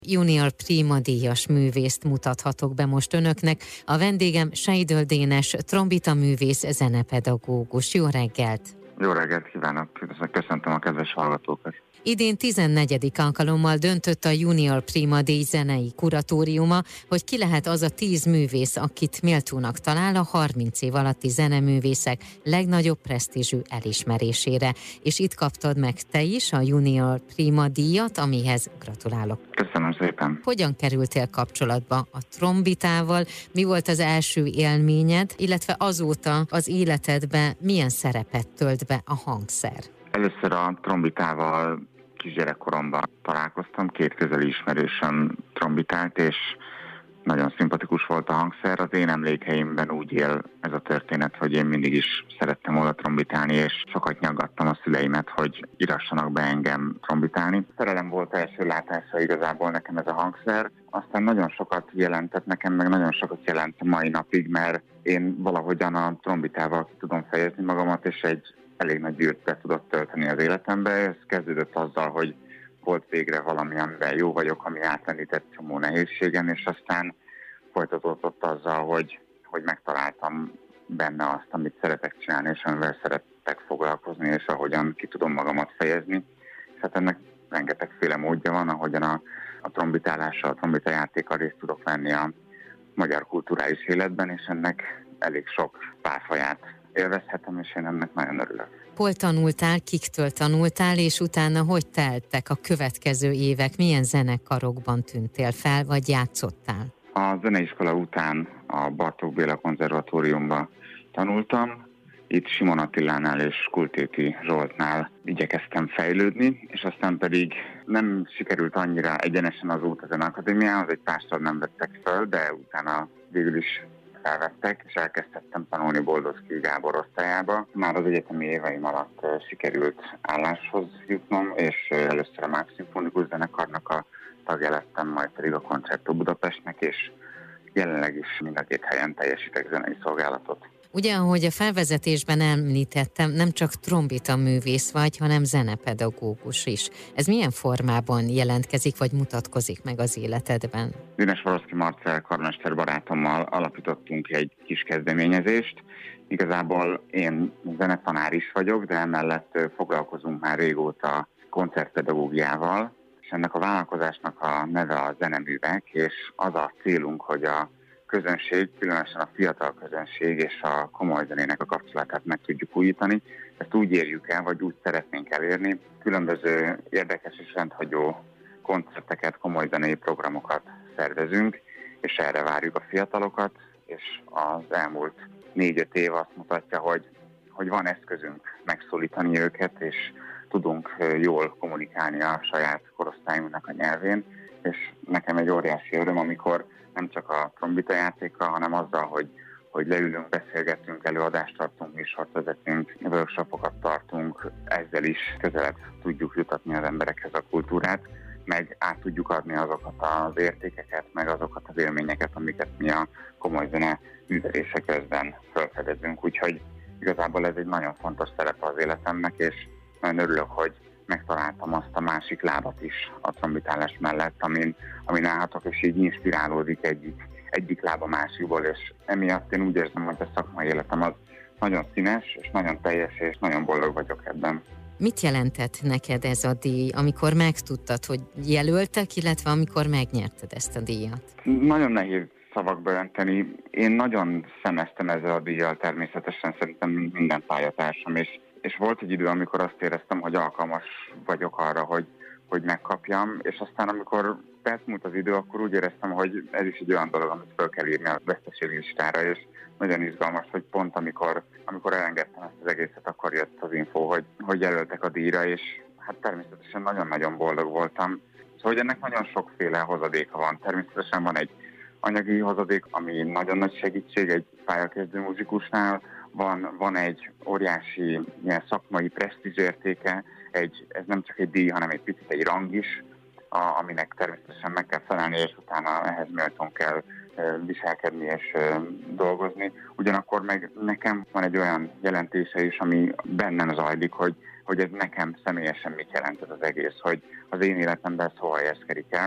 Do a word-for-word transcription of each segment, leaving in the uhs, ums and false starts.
Junior Prima díjas művészt mutathatok be most önöknek. A vendégem Seidl Dénes, trombita művész, zenepedagógus. Jó reggelt! Jó reggelt kívánok! Köszöntöm a kedves hallgatókat! Idén tizennegyedik alkalommal döntött a Junior Prima díj zenei kuratóriuma, hogy ki lehet az a tíz művész, akit méltónak talál a harminc év alatti zeneművészek legnagyobb presztízsű elismerésére. És itt kaptad meg te is a Junior Prima díjat, amihez gratulálok. Köszönöm szépen! Hogyan kerültél kapcsolatba a trombitával? Mi volt az első élményed, illetve azóta az életedben milyen szerepet tölt be a hangszer? Először a trombitával kisgyerekkoromban találkoztam, két közeli ismerősöm trombitált, és nagyon szimpatikus volt a hangszer. Az én emlékeimben úgy él ez a történet, hogy én mindig is szerettem volna trombitálni, és sokat nyaggattam a szüleimet, hogy irassanak be engem trombitálni. Szerelem volt első látásra igazából nekem ez a hangszer, aztán nagyon sokat jelentett nekem, meg nagyon sokat jelent mai napig, mert én valahogyan a trombitával ki tudom fejezni magamat, és egy elég nagy űrt be tudott tölteni az életembe. Ez kezdődött azzal, hogy volt végre valami, amiben jó vagyok, ami átlendített csomó nehézségen, és aztán folytatódott azzal, hogy, hogy megtaláltam benne azt, amit szeretek csinálni, és amivel szeretek foglalkozni, és ahogyan ki tudom magamat fejezni. És hát ennek rengetegféle módja van, ahogyan a, a trombitálással, a trombitajátékkal részt tudok venni a magyar kulturális életben, és ennek elég sok párfaját élvezhetem, és én ennek nagyon örülök. Hol tanultál, kiktől tanultál, és utána hogy teltek a következő évek? Milyen zenekarokban tűntél fel, vagy játszottál? A zeneiskola után a Bartók Béla konzervatóriumban tanultam. Itt Simon Attilánál és Kultéti Zsoltnál igyekeztem fejlődni, és aztán pedig nem sikerült annyira egyenesen az út a Zeneakadémiához, egy pársal nem vettek föl, de utána végül is felvettek, és elkezdtem tanulni Boldogszky Gábor osztályába. Már az egyetemi éveim alatt sikerült álláshoz jutnom, és először a Máv Szimfonikus Zenekarnak a tagja lettem, majd pedig a Concerto Budapestnek, és jelenleg is mind a két helyen teljesítek zenei szolgálatot. Ugye, ahogy a felvezetésben említettem, nem csak trombita művész vagy, hanem zenepedagógus is. Ez milyen formában jelentkezik, vagy mutatkozik meg az életedben? Dinesvaroszky Marcell karmester barátommal alapítottunk egy kis kezdeményezést. Igazából én zenetanár is vagyok, de emellett foglalkozunk már régóta koncertpedagógiával, és ennek a vállalkozásnak a neve a Zeneművek, és az a célunk, hogy a közönség, különösen a fiatal közönség és a komoly zenének a kapcsolatát meg tudjuk újítani. Ezt úgy érjük el, vagy úgy szeretnénk elérni. Különböző érdekes és rendhagyó koncerteket, komoly zenei programokat szervezünk, és erre várjuk a fiatalokat, és az elmúlt négy-öt év azt mutatja, hogy, hogy van eszközünk megszólítani őket, és tudunk jól kommunikálni a saját korosztályunknak a nyelvén, és nekem egy óriási öröm, amikor nem csak a trombitajátékkal, hanem azzal, hogy, hogy leülünk, beszélgetünk, előadást tartunk, műsort vezetünk, workshopokat tartunk, ezzel is közelebb tudjuk jutatni az emberekhez a kultúrát, meg át tudjuk adni azokat az értékeket, meg azokat az élményeket, amiket mi a komoly zene művelése közben felfedezünk. Úgyhogy igazából ez egy nagyon fontos szerepe az életemnek, és nagyon örülök, hogy megtaláltam azt a másik lábat is a trombitálás mellett, amin, amin állhatok, és így inspirálódik egyik, egyik lába másikból, és emiatt én úgy érzem, hogy a szakmai életem az nagyon színes, és nagyon teljes, és nagyon boldog vagyok ebben. Mit jelentett neked ez a díj, amikor megtudtad, hogy jelöltek, illetve amikor megnyerted ezt a díjat? Nagyon nehéz szavakba önteni. Én nagyon szemeztem ezzel a díjjal természetesen, szerintem minden pályatársam, és És volt egy idő, amikor azt éreztem, hogy alkalmas vagyok arra, hogy, hogy megkapjam, és aztán amikor elmúlt az idő, akkor úgy éreztem, hogy ez is egy olyan dolog, amit fel kell írni a veszteséglistára, és nagyon izgalmas, hogy pont amikor, amikor elengedtem ezt az egészet, akkor jött az info, hogy, hogy jelöltek a díjra, és hát természetesen nagyon-nagyon boldog voltam. Szóval ennek nagyon sokféle hozadéka van. Természetesen van egy anyagi hozadék, ami nagyon nagy segítség egy pályakezdő muzsikusnál, Van, van egy óriási ilyen szakmai presztízsértéke, egy, ez nem csak egy díj, hanem egy picit egy rang is, a, aminek természetesen meg kell felelni, és utána ehhez méltón kell e, viselkedni és e, dolgozni. Ugyanakkor meg nekem van egy olyan jelentése is, ami bennem zajlik, hogy, hogy ez nekem személyesen mit jelent ez az egész, hogy az én életemben szóval helyezkedik el,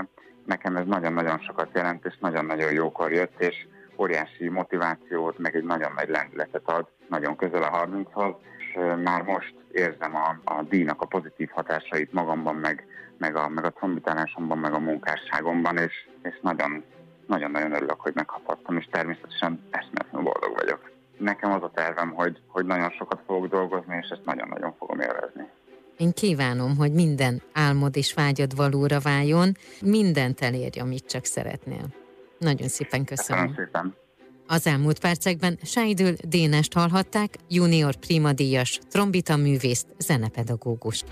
nekem ez nagyon-nagyon sokat jelent, és nagyon-nagyon jókor jött, és óriási motivációt, meg egy nagyon nagy lendületet ad, nagyon közel a harminchoz, és már most érzem a, a díjnak a pozitív hatásait magamban, meg, meg a, meg a trombitálásomban, meg a munkásságomban, és, és nagyon, nagyon-nagyon örülök, hogy megkaphattam, és természetesen eszméletlenül boldog vagyok. Nekem az a tervem, hogy, hogy nagyon sokat fogok dolgozni, és ezt nagyon-nagyon fogom élvezni. Én kívánom, hogy minden álmod és vágyad valóra váljon, mindent elérj, amit csak szeretnél. Nagyon szépen köszönöm. Köszönöm szépen. Az elmúlt percekben Seidl Dénest hallhatták, junior prima díjas, trombita művészt, zenepedagógust.